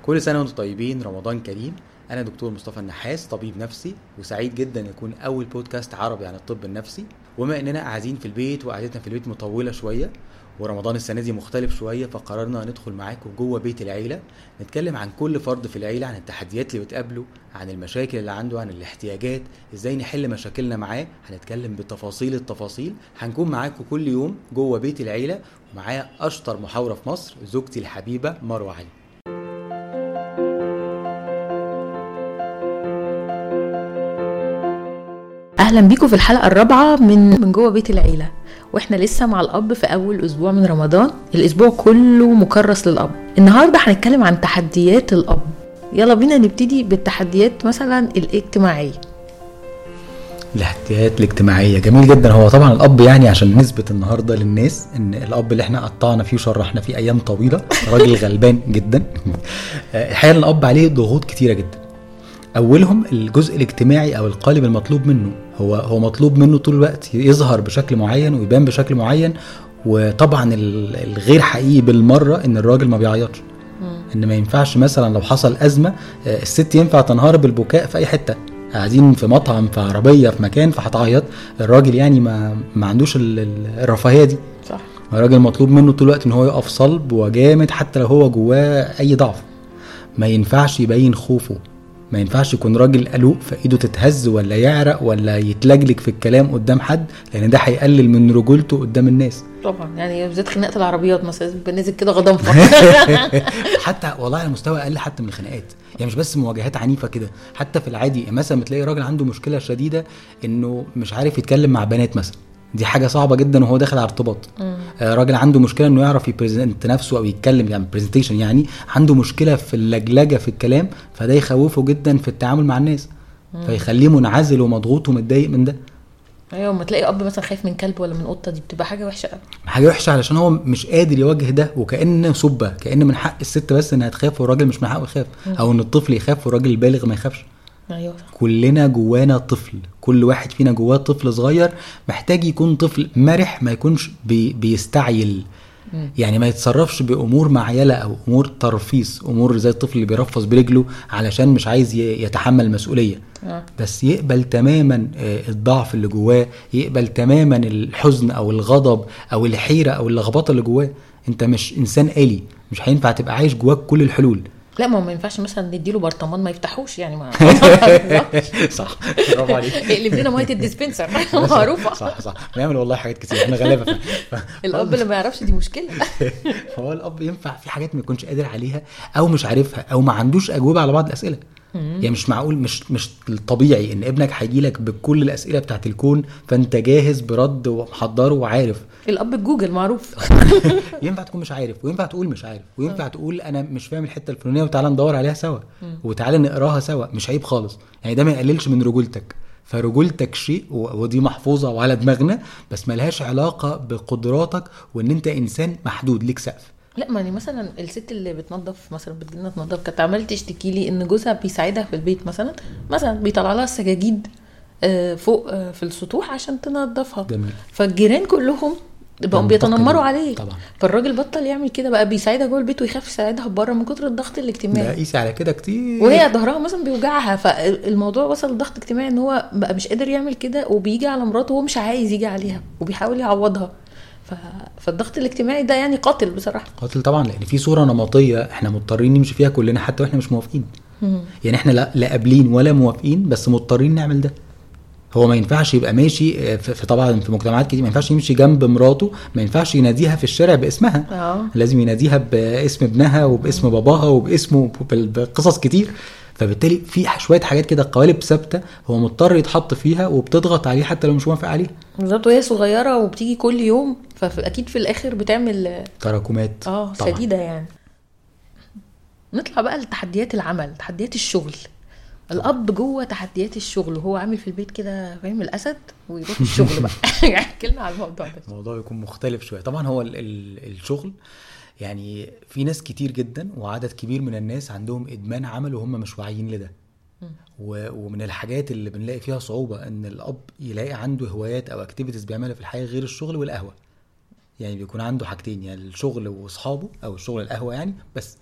كل سنة وانتم طيبين، رمضان كريم. أنا دكتور مصطفى النحاس، طبيب نفسي، وسعيد جدا يكون أول بودكاست عربي عن الطب النفسي. وما إننا قاعدين في البيت وقعدتنا في البيت مطولة شوية، ورمضان السنة دي مختلف شوية، فقررنا ندخل معاكم جوه بيت العيلة، نتكلم عن كل فرد في العيلة، عن التحديات اللي بتقابله، عن المشاكل اللي عنده، عن الاحتياجات، ازاي نحل مشاكلنا معاه. هنتكلم بتفاصيل التفاصيل. هنكون معاكم كل يوم جوه بيت العيلة، ومعايا أشطر محاورة في مصر، زوجتي الحبيبة مروة علي. اهلا بيكم في الحلقه الرابعه من جوه بيت العيله، واحنا لسه مع الاب في اول اسبوع من رمضان. الاسبوع كله مكرس للاب. النهارده هنتكلم عن تحديات الاب. يلا بينا نبتدي بالتحديات مثلا الاجتماعيه. الاحتياجات الاجتماعية جميل جدا. هو طبعا الاب يعني عشان نثبت النهارده للناس ان الاب اللي احنا قطعنا فيه وشرحنا فيه ايام طويله راجل غلبان جدا. الحقيقه الاب عليه ضغوط كتيره جدا. اولهم الجزء الاجتماعي او القالب المطلوب منه. هو مطلوب منه طول الوقت يظهر بشكل معين ويبان بشكل معين. وطبعا الغير حقيقي بالمره ان الراجل ما بيعيطش، ان ما ينفعش مثلا لو حصل ازمه الست ينفع تنهار بالبكاء في اي حته، قاعدين في مطعم، في عربيه، في مكان، فهتعيط. الراجل يعني ما عندوش الرفاهيه دي. صح. الراجل مطلوب منه طول الوقت ان هو يقف صلب وجامد حتى لو هو جواه اي ضعف. ما ينفعش يبين خوفه، ما ينفعش يكون راجل قلوق فايده تتهز ولا يعرق ولا يتلجلج في الكلام قدام حد، لان ده هيقلل من رجولته قدام الناس. طبعا يعني بالذات خناقه العربيات مثلا بننزل كده غضنفر. حتى والله على مستوى اقل حتى من الخناقات، يعني مش بس مواجهات عنيفه كده، حتى في العادي. مثلا بتلاقي راجل عنده مشكله شديده انه مش عارف يتكلم مع بنات مثلا، دي حاجه صعبه جدا وهو داخل على ارتباط. راجل عنده مشكله انه يعرف يبريزنت نفسه او يتكلم، يعني برزنتيشن، يعني عنده مشكله في اللجلجه في الكلام، فده يخوفه جدا في التعامل مع الناس، فيخليه منعزل ومضغوط ومتضايق من ده. ايوه، ما تلاقي اب مثلا خايف من كلب ولا من قطه، دي بتبقى حاجه وحشه قوي. حاجه وحشه علشان هو مش قادر يواجه ده، وكأن سبه، كأن من حق الست بس انها تخاف والراجل مش من حقه يخاف، او ان الطفل يخاف والراجل البالغ ما يخافش. ايوه، كلنا جوانا طفل، كل واحد فينا جواه طفل صغير محتاج يكون طفل مرح، ما يكونش بيستعيل، يعني ما يتصرفش بأمور معيلة أو أمور ترفيس، أمور زي الطفل اللي بيرفص برجله علشان مش عايز يتحمل مسؤولية. بس يقبل تماما الضعف اللي جواه، يقبل تماما الحزن أو الغضب أو الحيرة أو اللخبطة اللي جواه. أنت مش إنسان آلي، مش هينفع تبقى عايش جواك كل الحلول. لا، ما ينفعش مثلا نديله برطمان ما يفتحوش، يعني ما صح، برافو عليك. اقلب لنا ميه الديسبنسر معروفه. صح بنعمل والله حاجات كتير، احنا غلابه. الاب اللي ما يعرفش دي مشكله. هو الاب ينفع في حاجات ما يكونش قادر عليها او مش عارفها او ما عندوش اجوبه على بعض الاسئله. يعني مش معقول، مش الطبيعي ان ابنك هيجي لك بكل الاسئله بتاعت الكون فانت جاهز برد ومحضره وعارف. الاب جوجل معروف. ينفع تكون مش عارف، وينفع تقول مش عارف، وينفع تقول انا مش فاهم الحته الفلانيه وتعالى ندور عليها سوا، وتعالى نقراها سوا، مش عيب خالص. يعني ده ما يقللش من رجولتك، فرجولتك شيء ودي محفوظه وعلى دماغنا، بس ملهاش علاقه بقدراتك وان انت انسان محدود ليك سقف. لا، يعني مثلا الست اللي بتنظف مثلا بتجيلنا تنظف كانت عملت تشتكي لي ان جوزها بيساعدها في البيت، مثلا بيطلع لها السجاجيد فوق في السطوح عشان تنظفها. جميل. فالجيران كلهم بقوا بيتنمروا عليه طبعا. فالراجل بطل يعمل كده، بقى بيساعدها جوه البيت ويخاف يساعدها بره من كتر الضغط الاجتماعي. ده قيسي على كده كتير، وهي ظهرها مثلا بيوجعها، فالموضوع وصل لضغط اجتماعي ان هو بقى مش قادر يعمل كده، وبيجي على مراته وهو مش عايز يجي عليها وبيحاول يعوضها. فالضغط الاجتماعي ده يعني قاتل بصراحه، قاتل طبعا، لان في صوره نمطيه احنا مضطرين نمشي فيها كلنا حتى واحنا مش موافقين. يعني احنا لا قابلين ولا موافقين، بس مضطرين نعمل ده. هو ما ينفعش يبقى ماشي في طبعا في مجتمعات كتير ما ينفعش يمشي جنب مراته، ما ينفعش يناديها في الشارع باسمها. لازم يناديها باسم ابنها وباسم باباها وباسمه، بقصص كتير. فبالتالي في شويه حاجات كده قوالب ثابته هو مضطر يتحط فيها وبتضغط عليه حتى لو مش موافق عليه. بالظبط، وهي صغيره وبتيجي كل يوم، فاكيد في الاخر بتعمل تراكمات شديده يعني. نطلع بقى لتحديات العمل، تحديات الشغل. الاب جوه تحديات الشغل وهو عامل في البيت كده، فاهم، الاسد، ويروح الشغل بقى. يعني كلمه على الموضوع ده. الموضوع يكون مختلف شويه. طبعا هو الشغل يعني في ناس كتير جدا وعدد كبير من الناس عندهم ادمان عمل وهم مش واعيين لده. ومن الحاجات اللي بنلاقي فيها صعوبه ان الاب يلاقي عنده هوايات او اكتيفيتيز بيعملها في الحياه غير الشغل والقهوه. يعني بيكون عنده حاجتين، يعني الشغل واصحابه او الشغل القهوه يعني بس،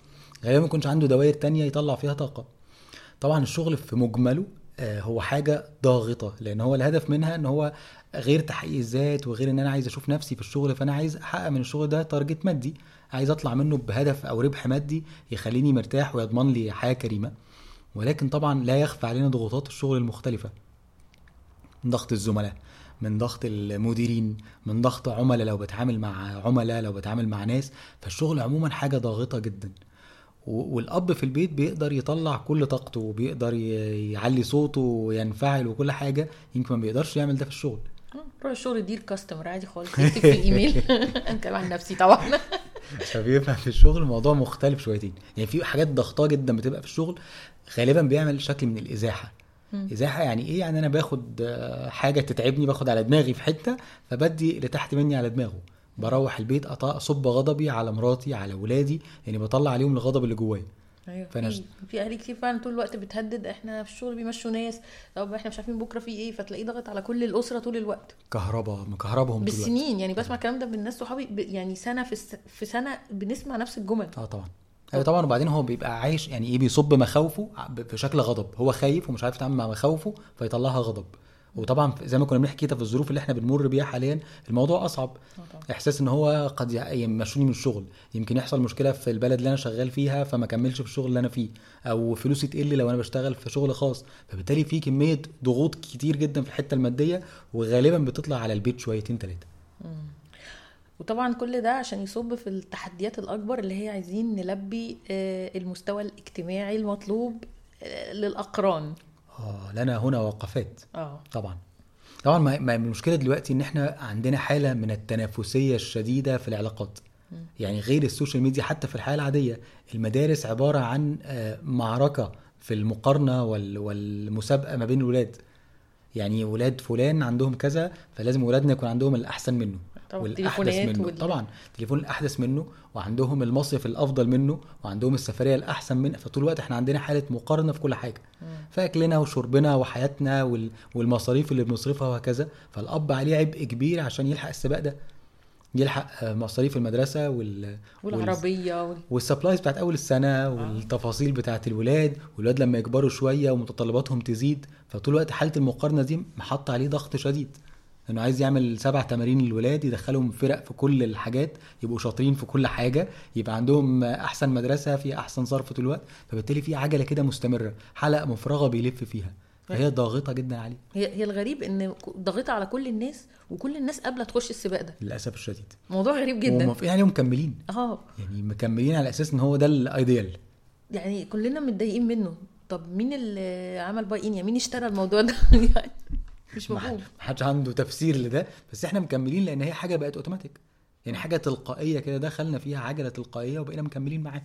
غالبا ما يكونش عنده دوائر تانية يطلع فيها طاقه. طبعا الشغل في مجمله هو حاجه ضاغطه، لان هو الهدف منها ان هو غير تحقيق الذات وغير ان انا عايز اشوف نفسي في الشغل، فانا عايز احقق من الشغل ده تارجت مادي، عايز اطلع منه بهدف او ربح مادي يخليني مرتاح ويضمن لي حياه كريمه. ولكن طبعا لا يخفى علينا ضغوطات الشغل المختلفه، من ضغط الزملاء، من ضغط المديرين، من ضغط عملاء لو بتعامل مع عملاء، لو بتعامل مع ناس. فالشغل عموما حاجه ضاغطه جدا. والاب في البيت بيقدر يطلع كل طاقته وبيقدر يعلي صوته وينفعل وكل حاجه، يمكن ما بيقدرش يعمل ده في الشغل. روح الشغل دير كاستمر عادي خالص، يكتب في الايميل انا عن نفسي طبعا. فبيبقى في الشغل الموضوع مختلف شويتين. يعني في حاجات ضغطه جدا بتبقى في الشغل، غالبا بيعمل شكل من الازاحه. ازاحه يعني ايه؟ يعني انا باخد حاجه تتعبني، باخد على دماغي في حته، فبدي اللي تحت مني على دماغه. بروح البيت اصب غضبي على مراتي، على ولادي، يعني بطلع عليهم الغضب اللي جوايا. ايوه، في اهالي كتير فعلا طول الوقت بتهدد، احنا في الشغل بيمشوا ناس، طب احنا مش عارفين بكره في ايه، فتلاقيه ضغط على كل الاسره طول الوقت، مكهربهم طول بالسنين. يعني بسمع الكلام ده من ناس صحابي، يعني سنه في سنه بنسمع نفس الجمل. طبعا. طبعا. وبعدين هو بيبقى عايش يعني ايه، بيصب مخاوفه في شكل غضب. هو خايف ومش عارف يتعامل مع مخاوفه فيطلعها غضب. وطبعا زي ما كنا بنحكي كده في الظروف اللي احنا بنمر بيها حاليا الموضوع اصعب. احساس ان هو قد يمشوني من الشغل، يمكن يحصل مشكله في البلد اللي انا شغال فيها فما كملش في الشغل اللي انا فيه، او فلوسي تقل لو انا بشتغل في شغل خاص. فبالتالي في كميه ضغوط كتير جدا في الحته الماديه، وغالبا بتطلع على البيت شويتين 3. وطبعا كل ده عشان يصب في التحديات الاكبر اللي هي عايزين نلبي المستوى الاجتماعي المطلوب للاقران. لنا هنا وقفات. طبعا ما المشكله دلوقتي ان احنا عندنا حاله من التنافسيه الشديده في العلاقات. يعني غير السوشيال ميديا، حتى في الحياه العاديه المدارس عباره عن معركه في المقارنه والمسابقه ما بين الولاد. يعني ولاد فلان عندهم كذا، فلازم ولادنا يكون عندهم الاحسن منه والاحدث منه. طبعا التليفون الاحدث منه، وعندهم المصيف الافضل منه، وعندهم السفريه الاحسن منه. فطول الوقت احنا عندنا حاله مقارنه في كل حاجه، فاكلنا وشربنا وحياتنا والمصاريف اللي بنصرفها وهكذا. فالاب عليه عبء كبير عشان يلحق السباق ده، يلحق مصاريف المدرسه والعربيه والسبلايز بتاعت اول السنه، والتفاصيل بتاعت الولاد لما يكبروا شويه ومتطلباتهم تزيد. فطول الوقت حاله المقارنه دي محط عليه ضغط شديد، انه عايز يعمل 7 تمارين للولاد، يدخلهم فرق في كل الحاجات، يبقوا شاطرين في كل حاجه، يبقى عندهم احسن مدرسه في احسن صرف طول الوقت. فبالتالي في عجله كده مستمره، حلقه مفرغه بيلف فيها، فهي ضاغطه جدا عليه. هي الغريب ان ضاغطه على كل الناس، وكل الناس قابله تخش السباق ده للاسف الشديد. موضوع غريب جدا. يعني مكملين يعني مكملين على اساس ان هو ده الايديال، يعني كلنا متضايقين منه. طب مين اللي عمل باي ان؟ مين اشترى الموضوع ده؟ يعني مش مفهوم، محدش عنده تفسير لده، بس احنا مكملين لان هي حاجه بقت اوتوماتيك، يعني حاجه تلقائيه كده، دخلنا فيها عجله تلقائيه وبقينا مكملين معاها.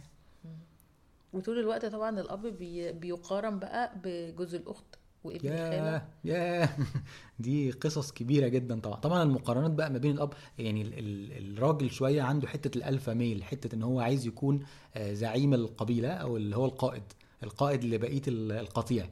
وطول الوقت طبعا الاب بيقارن بقى بجوز الاخت وابن الخاله. دي قصص كبيره جدا. طبعا المقارنات بقى ما بين الاب، يعني الراجل شويه عنده حته الالفا ميل، حته ان هو عايز يكون زعيم القبيله، او اللي هو القائد لبقيه القطيع،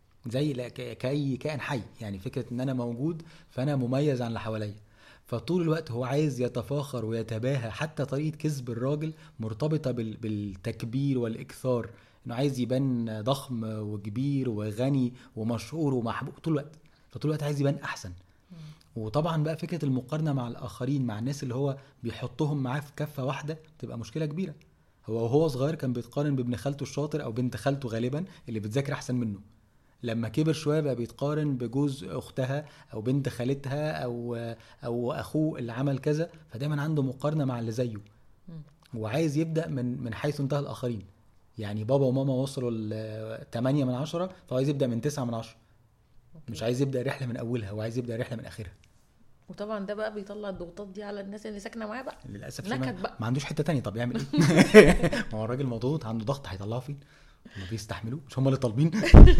زي كأي كائن حي. يعني فكرة ان انا موجود فانا مميز عن اللي حواليا. فطول الوقت هو عايز يتفاخر ويتباهى. حتى طريقة كسب الراجل مرتبطة بالتكبير والاكثار، انه عايز يبان ضخم وكبير وغني ومشهور ومحبوب طول الوقت. فطول الوقت عايز يبان احسن. وطبعا بقى فكرة المقارنة مع الاخرين، مع الناس اللي هو بيحطهم معاه في كفة واحدة، تبقى مشكلة كبيرة. وهو صغير كان بيتقارن بابن خالته الشاطر او بنت خالته غالبا اللي بتذاكر احسن منه. لما كبر شويه بقى بيتقارن بجوز اختها او بنت خالتها او اخوه اللي عمل كذا. فدايما عنده مقارنه مع اللي زيه، وعايز يبدا من حيث انتهى الاخرين. يعني بابا وماما وصلوا ل 8 من 10، فهو عايز يبدا من 9 من 10. مش عايز يبدا رحله من اولها، هو عايز يبدا رحله من اخرها. وطبعا ده بقى بيطلع الضغوطات دي على الناس اللي ساكنه معاه بقى للاسف. ما عندوش حته تانية. طب يعمل ايه؟ ما هو الراجل مضغوط، عنده ضغط، هيطلعه فين؟ ما بيستحملوه، مش هم اللي طالبين.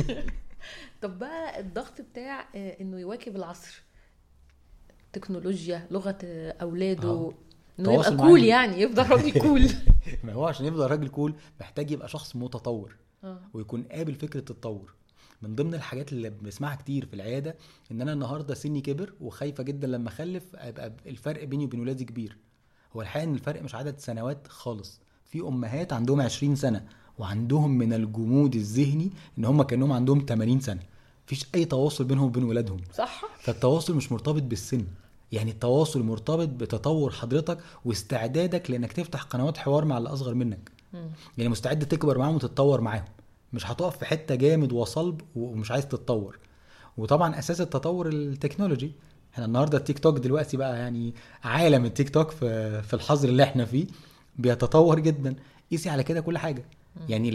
طب بقى الضغط بتاع انه يواكب العصر، تكنولوجيا، لغه اولاده، انه يبقى كول، يعني يفضل راجل كول. ما هو عشان يفضل راجل كول محتاج يبقى شخص متطور، ويكون قابل فكره التطور. من ضمن الحاجات اللي بنسمعها كتير في العياده ان انا النهارده سني كبر وخايفه جدا لما اخلف ابقى الفرق بيني وبين ولادي كبير. هو الحقيقه ان الفرق مش عدد سنوات خالص. في امهات عندهم 20 سنه وعندهم من الجمود الذهني ان هم كانهم عندهم 80 سنه، مفيش اي تواصل بينهم وبين ولادهم. صح. فالتواصل مش مرتبط بالسن، يعني التواصل مرتبط بتطور حضرتك واستعدادك لانك تفتح قنوات حوار مع اللي اصغر منك. يعني مستعد تكبر معاهم وتتطور معاهم، مش هتقف في حته جامد وصلب ومش عايز تتطور. وطبعا اساس التطور التكنولوجي. احنا النهارده التيك توك دلوقتي بقى يعني عالم التيك توك في الحظر اللي احنا فيه بيتطور جدا. قيسي على كده كل حاجه. يعني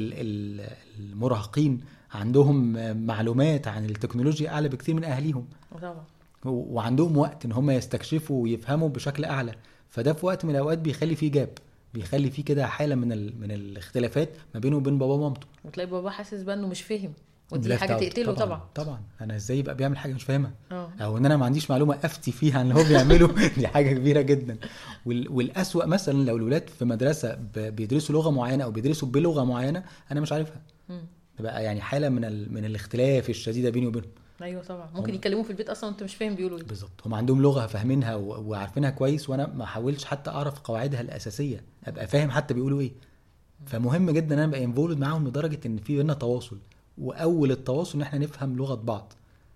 المراهقين عندهم معلومات عن التكنولوجيا اعلى بكتير من اهاليهم طبعا، وعندهم وقت ان هم يستكشفوا ويفهموا بشكل اعلى. فده في وقت من الاوقات بيخلي فيه جاب، بيخلي فيه كده حاله من الاختلافات ما بينه وبين بابا ومامته. وتلاقي بابا حاسس بقى انه مش فاهم، ودي حاجه تقتله. طبعا انا ازاي يبقى بيعمل حاجه مش فاهمها او ان انا ما عنديش معلومه افتي فيها عن اللي هو بيعمله. دي حاجه كبيره جدا. والاسوأ مثلا لو الولاد في مدرسه بيدرسوا لغه معينه او بيدرسوا بلغه معينه انا مش عارفها، تبقى يعني حاله من الاختلاف الشديده بيني وبينهم. ايوه طبعا، ممكن يتكلموا في البيت اصلا انت مش فاهم بيقولوا ايه. بالظبط، هم عندهم لغه فاهمينها وعارفينها كويس، وانا ما حاولتش حتى اعرف قواعدها الاساسيه ابقى فاهم حتى بيقولوا ايه. فمهم جدا ان انا ابقى انفولد معاهم لدرجه ان في بينا تواصل، واول التواصل ان احنا نفهم لغه بعض.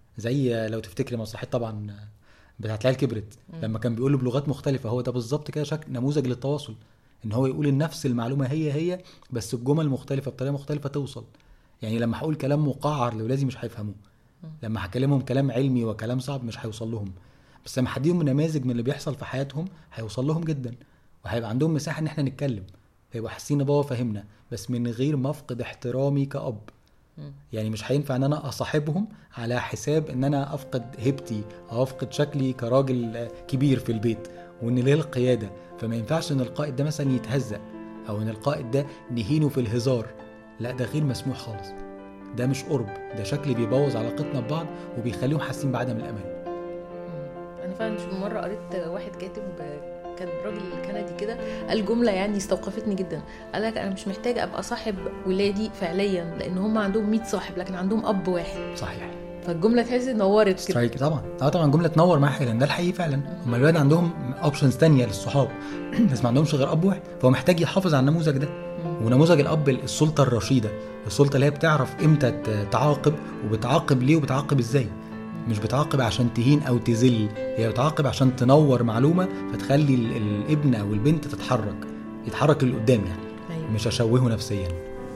زي لو تفتكري مسرحيه طبعا بتاعت العيال كبرت لما كان بيقول بلغات مختلفه، هو ده بالظبط كده شكل نموذج للتواصل، ان هو يقول نفس المعلومه هي بس بجمل مختلفه بطريقه مختلفه توصل. يعني لما هقول كلام مقعر لاولادي مش هيفهموه، لما هكلمهم كلام علمي وكلام صعب مش هيوصل لهم، بس لما هديهم نماذج من اللي بيحصل في حياتهم هيوصل لهم جدا، وهيبقى عندهم مساحه ان احنا نتكلم، هيبقى حاسين ان بابا فاهمنا بس من غير ما افقد احترامي كأب. يعني مش هينفع ان انا اصاحبهم على حساب ان انا افقد هيبتي او افقد شكلي كراجل كبير في البيت وان ليه القياده. فما ينفعش ان القائد ده مثلا يتهزأ او ان القائد ده نهينه في الهزار، لا ده غير مسموح خالص، ده مش قرب، ده شكل بيبوظ علاقتنا ببعض وبيخليهم حاسين بعدم الامان. انا فعلا مره قريت واحد كاتب كان راجل كندي كده قال جمله يعني استوقفتني جدا. قال لك انا مش محتاج ابقى صاحب ولادي فعليا لان هم عندهم 100 صاحب لكن عندهم اب واحد. صحيح. فالجمله تحس نورت كده. طبعا جمله تنور معايا لان ده الحقيقي فعلا. هم الولاد عندهم اوبشنز تانية للصحاب بس ما عندهمش غير اب واحد، فهو محتاج يحافظ على النموذج ده. ونموذج الاب السلطه الرشيده، السلطه اللي هي بتعرف امتى تعاقب وبتعاقب ليه وبتعاقب ازاي. مش بتعاقب عشان تهين او تذل، هي بتعاقب عشان تنور معلومه فتخلي الابن او البنت يتحرك للقدام يعني. أيوة. مش اشوهه نفسيا.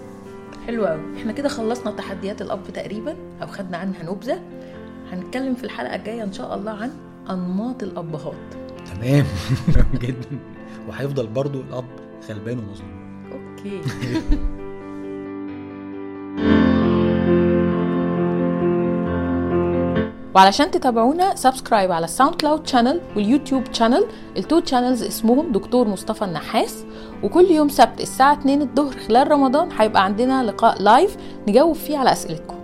حلو قوي. احنا كده خلصنا تحديات الاب تقريبا او خدنا عنها نبذه. هنتكلم في الحلقه الجايه ان شاء الله عن انماط الابهات. تمام. جدا. وهيفضل برضو الاب غلبان ومظلوم. اوكي. وعلشان تتابعونا سبسكرايب على الساوند كلاود شانل واليوتيوب شانل. التو شانلز اسمهم دكتور مصطفى النحاس. وكل يوم سبت الساعة 2 الظهر خلال رمضان هيبقى عندنا لقاء لايف نجاوب فيه على أسئلتكم.